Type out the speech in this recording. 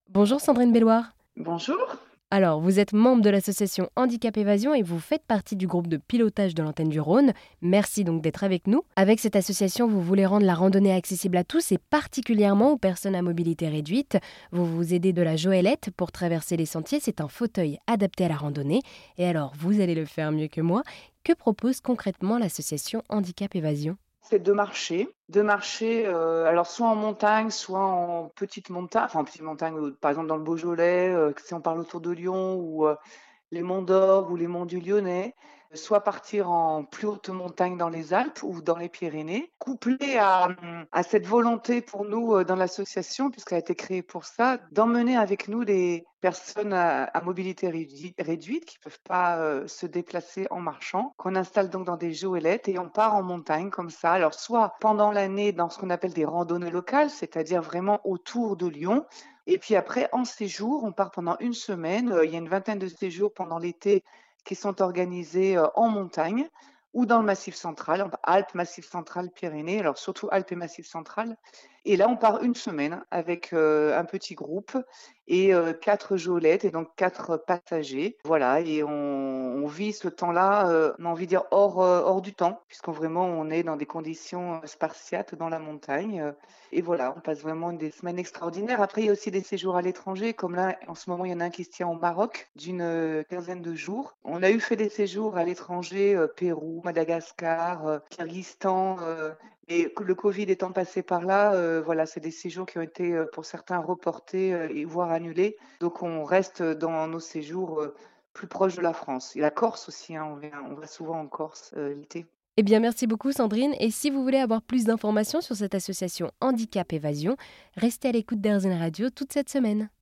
Bonjour Sandrine Belloir. Bonjour. Alors, vous êtes membre de l'association Handicap Évasion et vous faites partie du groupe de pilotage de l'antenne du Rhône. Merci donc d'être avec nous. Avec cette association, vous voulez rendre la randonnée accessible à tous et particulièrement aux personnes à mobilité réduite. Vous vous aidez de la Joëlette pour traverser les sentiers. C'est un fauteuil adapté à la randonnée. Et alors, vous allez le faire mieux que moi. Que propose concrètement l'association Handicap Évasion ? C'est de marcher, alors soit en montagne, soit en petite montagne, enfin en petite montagne, par exemple dans le Beaujolais, si on parle autour de Lyon ou les monts d'Or ou les monts du Lyonnais, soit partir en plus haute montagne dans les Alpes ou dans les Pyrénées, couplé à cette volonté pour nous dans l'association, puisqu'elle a été créée pour ça, d'emmener avec nous des personnes à mobilité réduite qui ne peuvent pas se déplacer en marchant, qu'on installe donc dans des geoelettes et on part en montagne comme ça. Alors soit pendant l'année dans ce qu'on appelle des randonnées locales, c'est-à-dire vraiment autour de Lyon, et puis après, en séjour, on part pendant une semaine. Il y a une vingtaine de séjours pendant l'été qui sont organisés en montagne ou dans le Massif central, Alpes, Massif central, Pyrénées, alors surtout Alpes et Massif central. Et là, on part une semaine avec un petit groupe et 4 geolettes et donc 4 passagers. Voilà, et on vit ce temps-là, on a envie de dire hors du temps, puisqu'on vraiment on est dans des conditions spartiates dans la montagne. Et voilà, on passe vraiment des semaines extraordinaires. Après, il y a aussi des séjours à l'étranger, comme là, en ce moment, il y en a un qui se tient au Maroc d'une quinzaine de jours. On a eu fait des séjours à l'étranger, Pérou, Madagascar, Kyrgyzstan, et le Covid étant passé par là, voilà, c'est des séjours qui ont été pour certains reportés et voire annulés. Donc on reste dans nos séjours plus proches de la France. Et la Corse aussi, hein, on va souvent en Corse l'été. Eh bien, merci beaucoup Sandrine. Et si vous voulez avoir plus d'informations sur cette association Handicap Évasion, restez à l'écoute d'RZN Radio toute cette semaine.